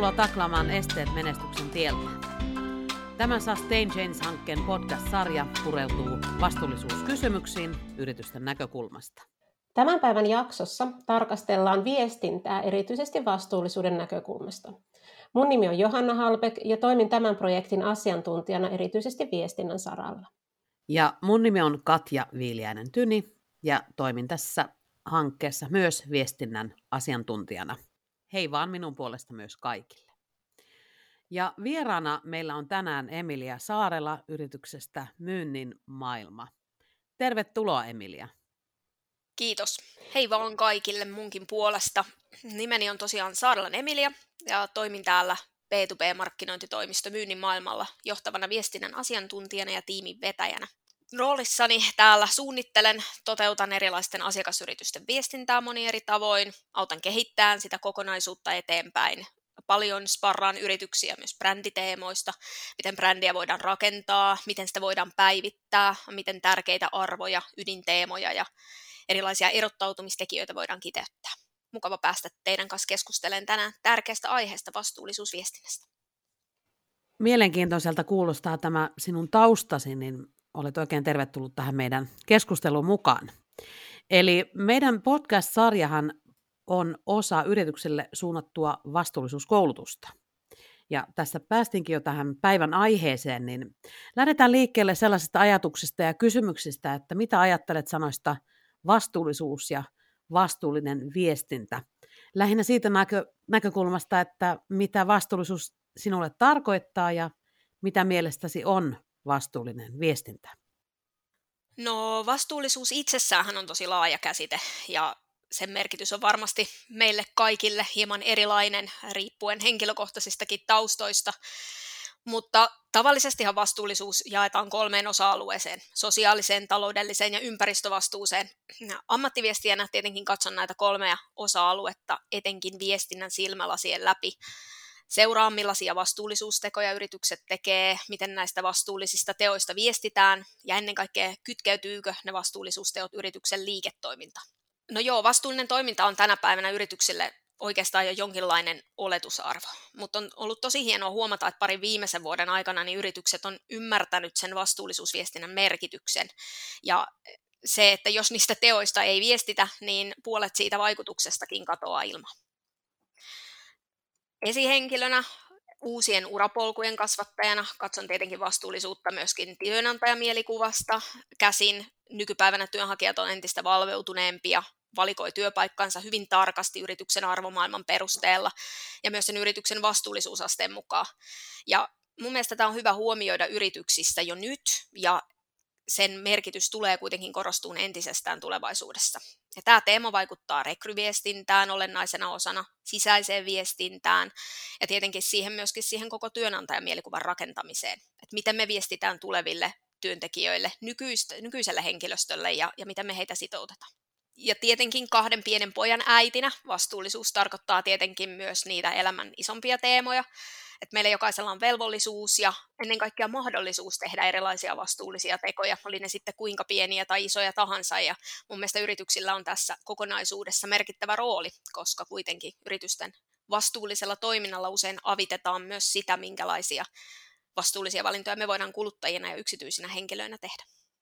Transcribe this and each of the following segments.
Tervetuloa taklaamaan esteet menestyksen tiellä. Tämän Sustain Change-hankkeen podcast-sarja pureutuu vastuullisuuskysymyksiin yritysten näkökulmasta. Tämän päivän jaksossa tarkastellaan viestintää erityisesti vastuullisuuden näkökulmasta. Mun nimi on Johanna Halbek ja toimin tämän projektin asiantuntijana erityisesti viestinnän saralla. Ja mun nimi on Katja Viiliäinen-Tyni ja toimin tässä hankkeessa myös viestinnän asiantuntijana. Hei vaan minun puolesta myös kaikille. Ja vieraana meillä on tänään Emilia Saarela yrityksestä Myynnin maailma. Tervetuloa Emilia. Kiitos. Hei vaan kaikille munkin puolesta. Nimeni on tosiaan Saarelan Emilia ja toimin täällä B2B-markkinointitoimisto Myynnin maailmalla johtavana viestinnän asiantuntijana ja tiimin vetäjänä. Roolissani täällä toteutan erilaisten asiakasyritysten viestintää monin eri tavoin, autan kehittämään sitä kokonaisuutta eteenpäin. Paljon sparraan yrityksiä myös bränditeemoista, miten brändiä voidaan rakentaa, miten sitä voidaan päivittää, miten tärkeitä arvoja, ydinteemoja ja erilaisia erottautumistekijöitä voidaan kiteyttää. Mukava päästä teidän kanssa keskustelemaan tänään tärkeästä aiheesta vastuullisuusviestinnästä. Mielenkiintoiselta kuulostaa tämä sinun taustasi, niin olet oikein tervetullut tähän meidän keskusteluun mukaan. Eli meidän podcast-sarjahan on osa yrityksille suunnattua vastuullisuuskoulutusta. Ja tässä päästinkin jo tähän päivän aiheeseen, niin lähdetään liikkeelle sellaisista ajatuksista ja kysymyksistä, että mitä ajattelet sanoista vastuullisuus ja vastuullinen viestintä. Lähinnä siitä näkökulmasta, että mitä vastuullisuus sinulle tarkoittaa ja mitä mielestäsi on vastuullinen viestintä. No vastuullisuus itsessään on tosi laaja käsite ja sen merkitys on varmasti meille kaikille hieman erilainen riippuen henkilökohtaisistakin taustoista, mutta tavallisestihan vastuullisuus jaetaan 3 osa-alueeseen, sosiaaliseen, taloudelliseen ja ympäristövastuuseen. Ammattiviestijänä tietenkin katson näitä 3 osa-aluetta etenkin viestinnän silmälasien läpi. Seuraa millaisia vastuullisuustekoja yritykset tekee, miten näistä vastuullisista teoista viestitään ja ennen kaikkea kytkeytyykö ne vastuullisuusteot yrityksen liiketoimintaan. No joo, vastuullinen toiminta on tänä päivänä yrityksille oikeastaan jo jonkinlainen oletusarvo, mutta on ollut tosi hienoa huomata, että parin viimeisen vuoden aikana niin yritykset on ymmärtänyt sen vastuullisuusviestinnän merkityksen ja se, että jos niistä teoista ei viestitä, niin puolet siitä vaikutuksestakin katoaa ilmaan. Esihenkilönä, uusien urapolkujen kasvattajana katson tietenkin vastuullisuutta myöskin työnantajamielikuvasta käsin. Nykypäivänä työnhakijat on entistä valveutuneempia, valikoi työpaikkansa hyvin tarkasti yrityksen arvomaailman perusteella ja myös sen yrityksen vastuullisuusasteen mukaan. Ja mun mielestä tämä on hyvä huomioida yrityksissä jo nyt ja sen merkitys tulee kuitenkin korostumaan entisestään tulevaisuudessa. Ja tämä teema vaikuttaa rekryviestintään olennaisena osana, sisäiseen viestintään ja tietenkin myöskin siihen koko työnantajamielikuvan rakentamiseen. Että miten me viestitään tuleville työntekijöille, nykyiselle henkilöstölle ja miten me heitä sitoutetaan. Ja tietenkin 2 pienen pojan äitinä vastuullisuus tarkoittaa tietenkin myös niitä elämän isompia teemoja. Että meillä jokaisella on velvollisuus ja ennen kaikkea mahdollisuus tehdä erilaisia vastuullisia tekoja, oli ne sitten kuinka pieniä tai isoja tahansa. Ja mun mielestä yrityksillä on tässä kokonaisuudessa merkittävä rooli, koska kuitenkin yritysten vastuullisella toiminnalla usein avitetaan myös sitä, minkälaisia vastuullisia valintoja me voidaan kuluttajina ja yksityisinä henkilöinä tehdä.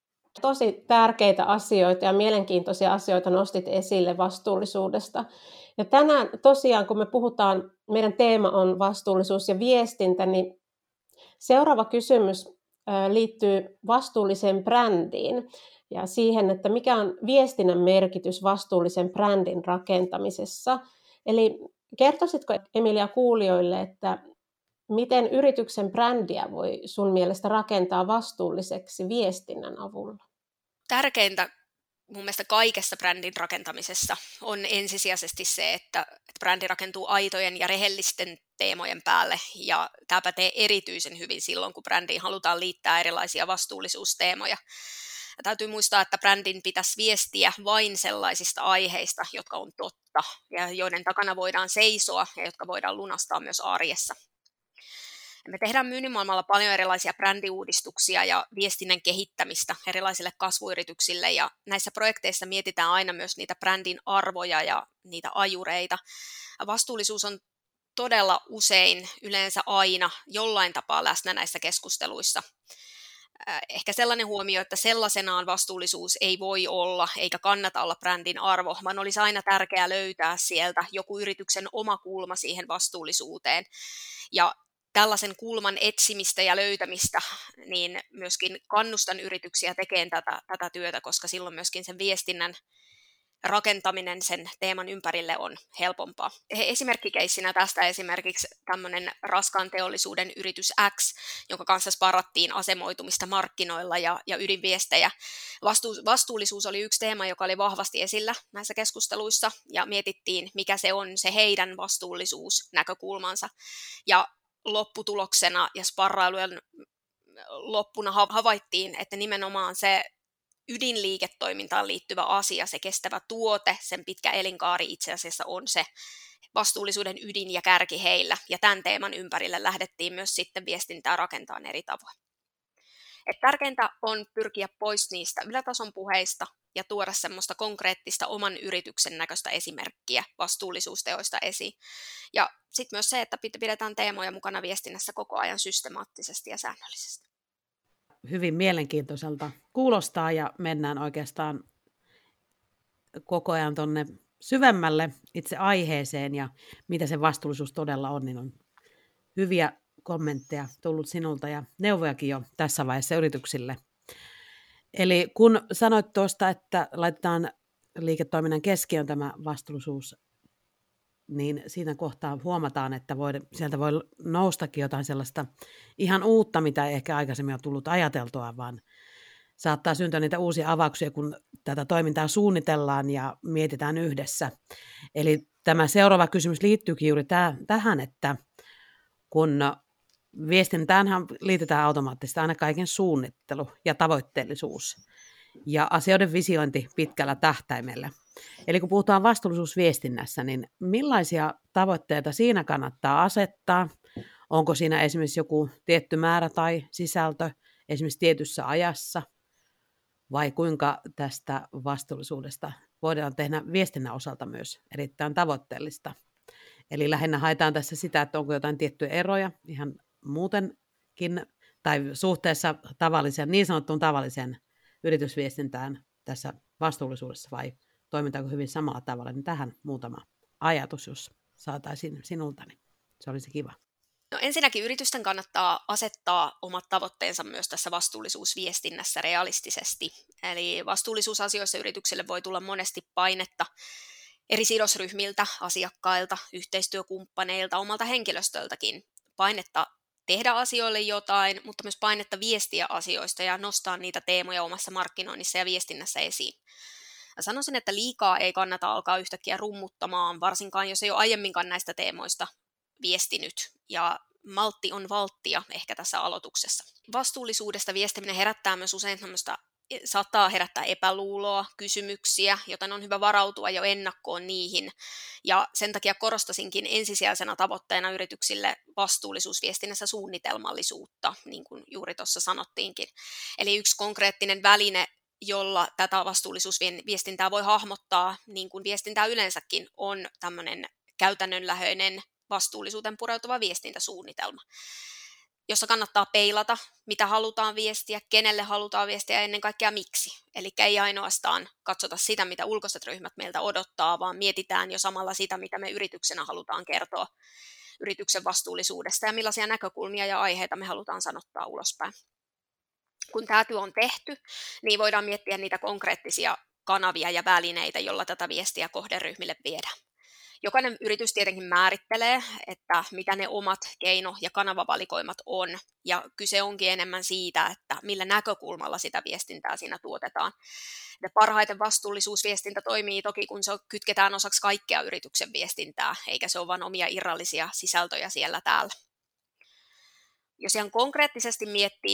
Tosi tärkeitä asioita ja mielenkiintoisia asioita nostit esille vastuullisuudesta. Ja tänään tosiaan, kun me puhutaan, meidän teema on vastuullisuus ja viestintä, niin seuraava kysymys liittyy vastuulliseen brändiin ja siihen, että mikä on viestinnän merkitys vastuullisen brändin rakentamisessa. Eli kertoisitko Emilia kuulijoille, että miten yrityksen brändiä voi sun mielestä rakentaa vastuulliseksi viestinnän avulla? Tärkeintä mun mielestä kaikessa brändin rakentamisessa on ensisijaisesti se, että brändi rakentuu aitojen ja rehellisten teemojen päälle. Ja tämä pätee erityisen hyvin silloin, kun brändiin halutaan liittää erilaisia vastuullisuusteemoja. Ja täytyy muistaa, että brändin pitäisi viestiä vain sellaisista aiheista, jotka on totta ja joiden takana voidaan seisoa ja jotka voidaan lunastaa myös arjessa. Me tehdään myynnin maailmalla paljon erilaisia brändiuudistuksia ja viestinnän kehittämistä erilaisille kasvuyrityksille ja näissä projekteissa mietitään aina myös niitä brändin arvoja ja niitä ajureita. Vastuullisuus on todella usein, yleensä aina, jollain tapaa läsnä näissä keskusteluissa. Ehkä sellainen huomio, että sellaisenaan vastuullisuus ei voi olla, eikä kannata olla brändin arvo, vaan olisi aina tärkeää löytää sieltä joku yrityksen oma kulma siihen vastuullisuuteen. Ja tällaisen kulman etsimistä ja löytämistä, niin myöskin kannustan yrityksiä tekemään tätä työtä, koska silloin myöskin sen viestinnän rakentaminen sen teeman ympärille on helpompaa. Esimerkkikeissinä tästä esimerkiksi tämmöinen raskaan teollisuuden yritys X, jonka kanssa sparrattiin asemoitumista markkinoilla ja ydinviestejä. Vastuullisuus oli yksi teema, joka oli vahvasti esillä näissä keskusteluissa, ja mietittiin, mikä se on se heidän vastuullisuusnäkökulmansa. Ja lopputuloksena ja sparrailujen loppuna havaittiin, että nimenomaan se ydinliiketoimintaan liittyvä asia, se kestävä tuote, sen pitkä elinkaari itse asiassa on se vastuullisuuden ydin ja kärki heillä. Ja tämän teeman ympärille lähdettiin myös sitten viestintää rakentamaan eri tavoin. Tärkeintä on pyrkiä pois niistä ylätason puheista ja tuoda semmoista konkreettista oman yrityksen näköistä esimerkkiä vastuullisuusteoista esiin. Ja sitten myös se, että pidetään teemoja mukana viestinnässä koko ajan systemaattisesti ja säännöllisesti. Hyvin mielenkiintoiselta kuulostaa ja mennään oikeastaan koko ajan tuonne syvemmälle itse aiheeseen ja mitä se vastuullisuus todella on, niin on hyviä kommentteja tullut sinulta ja neuvojakin jo tässä vaiheessa yrityksille. Eli kun sanoit tuosta, että laitetaan liiketoiminnan keskiöön tämä vastuullisuus, niin siinä kohtaa huomataan, että sieltä voi noustakin jotain sellaista ihan uutta, mitä ei ehkä aikaisemmin ole tullut ajateltua, vaan saattaa syntyä niitä uusia avauksia, kun tätä toimintaa suunnitellaan ja mietitään yhdessä. Eli tämä seuraava kysymys liittyykin juuri tähän, että kun viestintäänhän liitetään automaattisesti aina kaiken suunnittelu ja tavoitteellisuus ja asioiden visiointi pitkällä tähtäimellä. Eli kun puhutaan vastuullisuusviestinnässä, niin millaisia tavoitteita siinä kannattaa asettaa? Onko siinä esimerkiksi joku tietty määrä tai sisältö esimerkiksi tietyssä ajassa? Vai kuinka tästä vastuullisuudesta voidaan tehdä viestinnän osalta myös erittäin tavoitteellista? Eli lähinnä haetaan tässä sitä, että onko jotain tiettyjä eroja ihan muutenkin tai suhteessa niin sanottuun tavalliseen yritysviestintään tässä vastuullisuudessa vai toimitaanko hyvin samalla tavalla, niin tähän muutama ajatus, jos saataisiin sinulta, niin se olisi kiva. No ensinnäkin yritysten kannattaa asettaa omat tavoitteensa myös tässä vastuullisuusviestinnässä realistisesti. Eli vastuullisuusasioissa yrityksille voi tulla monesti painetta eri sidosryhmiltä, asiakkailta, yhteistyökumppaneilta, omalta henkilöstöltäkin. Painetta tehdä asioille jotain, mutta myös painetta viestiä asioista ja nostaa niitä teemoja omassa markkinoinnissa ja viestinnässä esiin. Ja sanoisin, että liikaa ei kannata alkaa yhtäkkiä rummuttamaan, varsinkaan jos ei ole aiemminkaan näistä teemoista viestinyt. Ja maltti on valttia ehkä tässä aloituksessa. Vastuullisuudesta viestiminen herättää myös usein saattaa herättää epäluuloa, kysymyksiä, joten on hyvä varautua jo ennakkoon niihin. Ja sen takia korostasinkin ensisijaisena tavoitteena yrityksille vastuullisuusviestinnässä suunnitelmallisuutta, niin kuin juuri tuossa sanottiinkin. Eli yksi konkreettinen väline, jolla tätä vastuullisuusviestintää voi hahmottaa, niin kuin viestintää yleensäkin, on tämmöinen käytännönläheinen vastuullisuuteen pureutuva viestintäsuunnitelma, jossa kannattaa peilata, mitä halutaan viestiä, kenelle halutaan viestiä ja ennen kaikkea miksi. Eli ei ainoastaan katsota sitä, mitä ulkoiset ryhmät meiltä odottaa, vaan mietitään jo samalla sitä, mitä me yrityksenä halutaan kertoa yrityksen vastuullisuudesta ja millaisia näkökulmia ja aiheita me halutaan sanottaa ulospäin. Kun tämä työ on tehty, niin voidaan miettiä niitä konkreettisia kanavia ja välineitä, joilla tätä viestiä kohderyhmille viedään. Jokainen yritys tietenkin määrittelee, että mitä ne omat keino- ja kanavavalikoimat on, ja kyse onkin enemmän siitä, että millä näkökulmalla sitä viestintää siinä tuotetaan. Ja parhaiten vastuullisuusviestintä toimii toki, kun se kytketään osaksi kaikkea yrityksen viestintää, eikä se ole vain omia irrallisia sisältöjä siellä täällä. Jos ihan konkreettisesti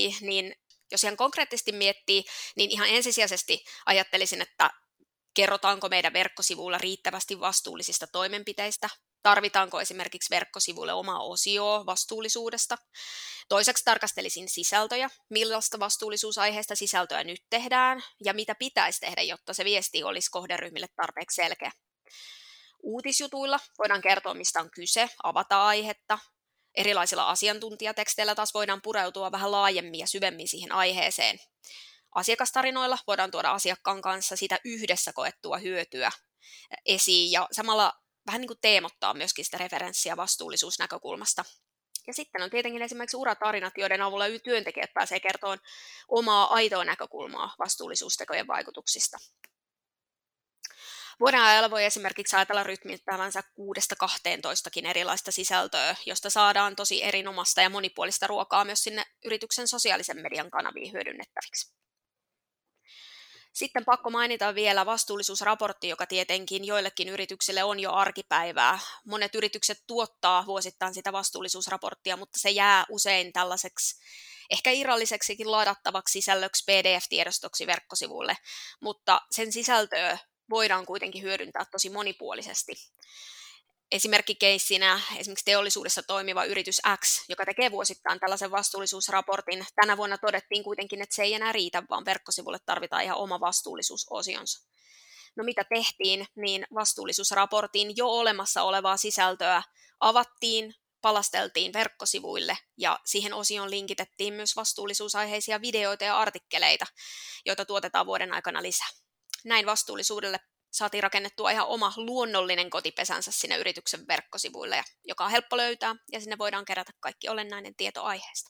miettii, niin ihan ensisijaisesti ajattelisin, että kerrotaanko meidän verkkosivuilla riittävästi vastuullisista toimenpiteistä? Tarvitaanko esimerkiksi verkkosivuille omaa osioa vastuullisuudesta? Toiseksi tarkastelisin sisältöjä, millaista vastuullisuusaiheesta sisältöä nyt tehdään ja mitä pitäisi tehdä, jotta se viesti olisi kohderyhmille tarpeeksi selkeä. Uutisjutuilla voidaan kertoa, mistä on kyse, avata aihetta. Erilaisilla asiantuntijateksteillä taas voidaan pureutua vähän laajemmin ja syvemmin siihen aiheeseen. Asiakastarinoilla voidaan tuoda asiakkaan kanssa sitä yhdessä koettua hyötyä esiin ja samalla vähän niin kuin teemottaa myöskin sitä referenssiä vastuullisuusnäkökulmasta. Ja sitten on tietenkin esimerkiksi uratarinat, joiden avulla työntekijät pääsee kertomaan omaa aitoa näkökulmaa vastuullisuustekojen vaikutuksista. Vuoden ajalla voi esimerkiksi ajatella rytmittävänsä 6-12 erilaista sisältöä, josta saadaan tosi erinomaista ja monipuolista ruokaa myös sinne yrityksen sosiaalisen median kanaviin hyödynnettäviksi. Sitten pakko mainita vielä vastuullisuusraportti, joka tietenkin joillekin yrityksille on jo arkipäivää. Monet yritykset tuottaa vuosittain sitä vastuullisuusraporttia, mutta se jää usein tällaiseksi ehkä irralliseksikin ladattavaksi sisällöksi PDF-tiedostoksi verkkosivuille, mutta sen sisältöä voidaan kuitenkin hyödyntää tosi monipuolisesti. Esimerkkikeissinä esimerkiksi teollisuudessa toimiva yritys X, joka tekee vuosittain tällaisen vastuullisuusraportin. Tänä vuonna todettiin kuitenkin, että se ei enää riitä, vaan verkkosivulle tarvitaan ihan oma vastuullisuusosionsa. No mitä tehtiin, niin vastuullisuusraportin jo olemassa olevaa sisältöä avattiin, palasteltiin verkkosivuille ja siihen osioon linkitettiin myös vastuullisuusaiheisia videoita ja artikkeleita, joita tuotetaan vuoden aikana lisää. Näin vastuullisuudelle saatiin rakennettua ihan oma luonnollinen kotipesänsä sinne yrityksen verkkosivuille, joka on helppo löytää ja sinne voidaan kerätä kaikki olennainen tieto aiheesta.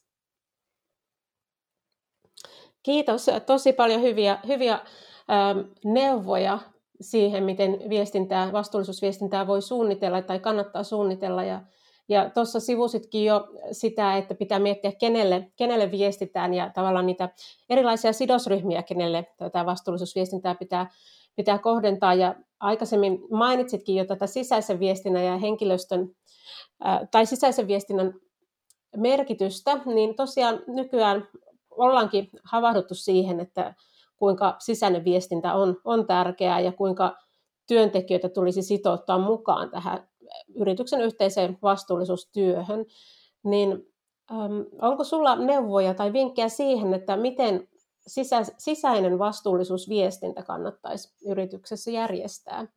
Kiitos. Tosi paljon hyviä neuvoja siihen, miten vastuullisuusviestintää voi suunnitella tai kannattaa suunnitella. Ja tuossa sivusitkin jo sitä, että pitää miettiä, kenelle viestitään ja tavallaan niitä erilaisia sidosryhmiä, kenelle tätä vastuullisuusviestintää pitää kohdentaa. Ja aikaisemmin mainitsitkin jo tätä sisäisen viestinnän ja henkilöstön tai sisäisen viestinnän merkitystä, niin tosiaan nykyään ollaankin havahduttu siihen, että kuinka sisäinen viestintä on tärkeää ja kuinka työntekijöitä tulisi sitouttaa mukaan tähän yrityksen yhteiseen vastuullisuustyöhön. Niin onko sulla neuvoja tai vinkkejä siihen, että miten sisäinen vastuullisuusviestintä kannattaisi yrityksessä järjestää?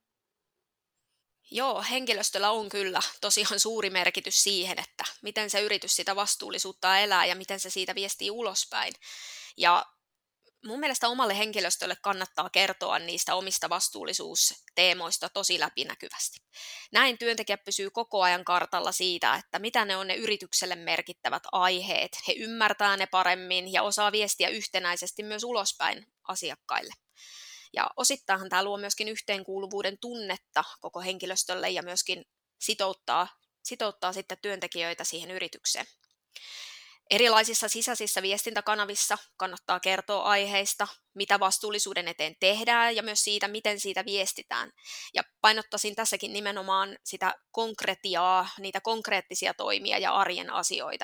Joo, henkilöstöllä on kyllä tosiaan suuri merkitys siihen, että miten se yritys sitä vastuullisuutta elää ja miten se siitä viestii ulospäin. Ja mun mielestä omalle henkilöstölle kannattaa kertoa niistä omista vastuullisuusteemoista tosi läpinäkyvästi. Näin työntekijät pysyy koko ajan kartalla siitä, että mitä ne on ne yritykselle merkittävät aiheet. He ymmärtää ne paremmin ja osaa viestiä yhtenäisesti myös ulospäin asiakkaille. Ja osittainhan tämä luo myöskin yhteenkuuluvuuden tunnetta koko henkilöstölle ja myöskin sitouttaa sitten työntekijöitä siihen yritykseen. Erilaisissa sisäisissä viestintäkanavissa kannattaa kertoa aiheista, mitä vastuullisuuden eteen tehdään ja myös siitä, miten siitä viestitään. Ja painottaisin tässäkin nimenomaan sitä konkretiaa, niitä konkreettisia toimia ja arjen asioita.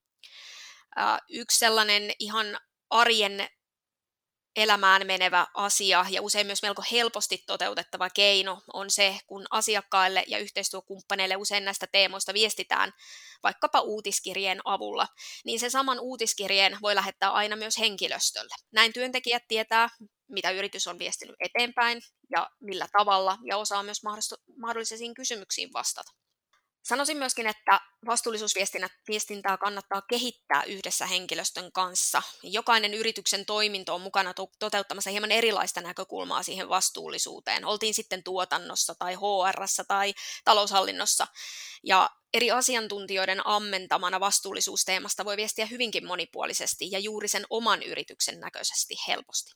Yksi sellainen ihan arjen elämään menevä asia ja usein myös melko helposti toteutettava keino on se, kun asiakkaille ja yhteistyökumppaneille usein näistä teemoista viestitään vaikkapa uutiskirjeen avulla, niin sen saman uutiskirjeen voi lähettää aina myös henkilöstölle. Näin työntekijät tietää, mitä yritys on viestinyt eteenpäin ja millä tavalla ja osaa myös mahdollisiin kysymyksiin vastata. Sanoisin myöskin, että vastuullisuusviestintää kannattaa kehittää yhdessä henkilöstön kanssa. Jokainen yrityksen toiminto on mukana toteuttamassa hieman erilaista näkökulmaa siihen vastuullisuuteen. Oltiin sitten tuotannossa tai HR:ssä tai taloushallinnossa. Ja eri asiantuntijoiden ammentamana vastuullisuusteemasta voi viestiä hyvinkin monipuolisesti ja juuri sen oman yrityksen näköisesti helposti.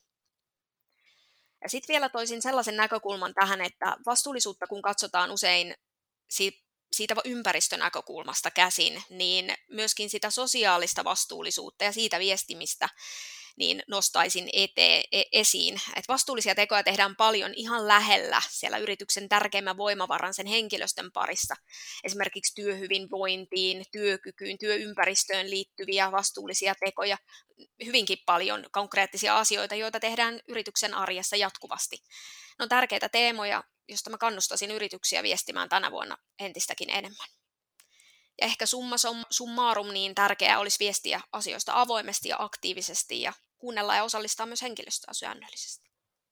Ja sitten vielä toisin sellaisen näkökulman tähän, että vastuullisuutta kun katsotaan usein siitä ympäristönäkökulmasta käsin, niin myöskin sitä sosiaalista vastuullisuutta ja siitä viestimistä niin nostaisin esiin. Että vastuullisia tekoja tehdään paljon ihan lähellä siellä yrityksen tärkeimmän voimavaran sen henkilöstön parissa. Esimerkiksi työhyvinvointiin, työkykyyn, työympäristöön liittyviä vastuullisia tekoja, hyvinkin paljon konkreettisia asioita, joita tehdään yrityksen arjessa jatkuvasti. Ne on tärkeitä teemoja, josta mä kannustaisin yrityksiä viestimään tänä vuonna entistäkin enemmän. Ja ehkä summa summarum niin tärkeää olisi viestiä asioista avoimesti ja aktiivisesti ja kuunnella ja osallistaa myös henkilöstöä säännöllisesti.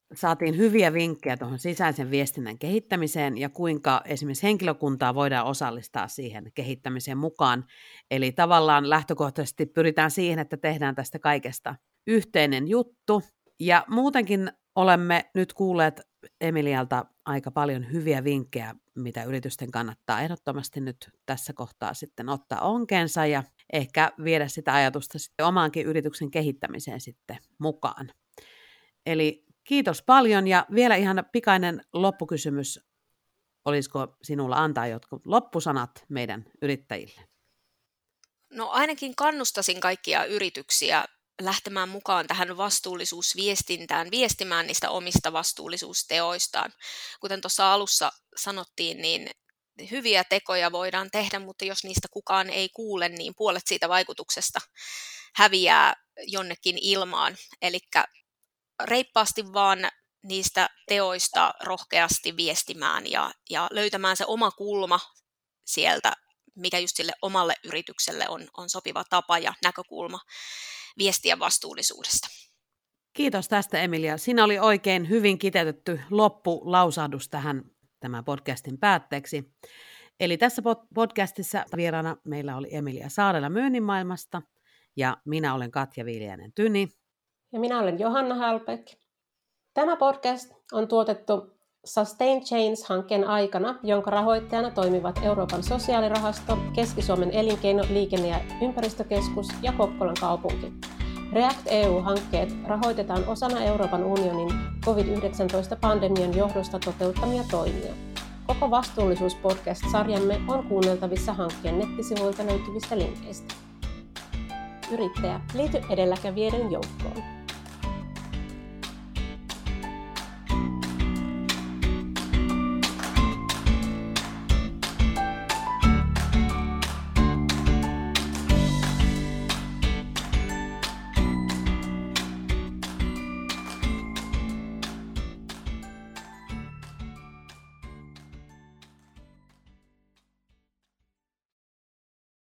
saatiin hyviä vinkkejä tuohon sisäisen viestinnän kehittämiseen ja kuinka esimerkiksi henkilökuntaa voidaan osallistaa siihen kehittämiseen mukaan. Eli tavallaan lähtökohtaisesti pyritään siihen, että tehdään tästä kaikesta yhteinen juttu. Ja muutenkin olemme nyt kuulleet Emilialta aika paljon hyviä vinkkejä, mitä yritysten kannattaa ehdottomasti nyt tässä kohtaa sitten ottaa onkeensa ja ehkä viedä sitä ajatusta sitten omaankin yrityksen kehittämiseen sitten mukaan. Eli kiitos paljon ja vielä ihan pikainen loppukysymys. Olisiko sinulla antaa jotkut loppusanat meidän yrittäjille? No ainakin kannustaisin kaikkia yrityksiä lähtemään mukaan tähän vastuullisuusviestintään, viestimään niistä omista vastuullisuusteoistaan. Kuten tuossa alussa sanottiin, niin hyviä tekoja voidaan tehdä, mutta jos niistä kukaan ei kuule, niin puolet siitä vaikutuksesta häviää jonnekin ilmaan. Eli reippaasti vaan niistä teoista rohkeasti viestimään ja löytämään se oma kulma sieltä, mikä just sille omalle yritykselle on sopiva tapa ja näkökulma viestiä vastuullisuudesta. Kiitos tästä, Emilia. Siinä oli oikein hyvin kiteytetty loppulausahdus tähän tämän podcastin päätteeksi. Eli tässä podcastissa vieraana meillä oli Emilia Saarela myynnin maailmasta ja minä olen Katja Viljanen-Tyni. Ja minä olen Johanna Hälbeck. Tämä podcast on tuotettu Sustain Change-hankkeen aikana, jonka rahoittajana toimivat Euroopan sosiaalirahasto, Keski-Suomen elinkeino-, liikenne- ja ympäristökeskus ja Kokkolan kaupunki. React EU-hankkeet rahoitetaan osana Euroopan unionin COVID-19-pandemian johdosta toteuttamia toimia. Koko vastuullisuuspodcast-sarjamme on kuunneltavissa hankkeen nettisivuilta löytyvistä linkeistä. Yrittäjä, liity edelläkävijöiden joukkoon.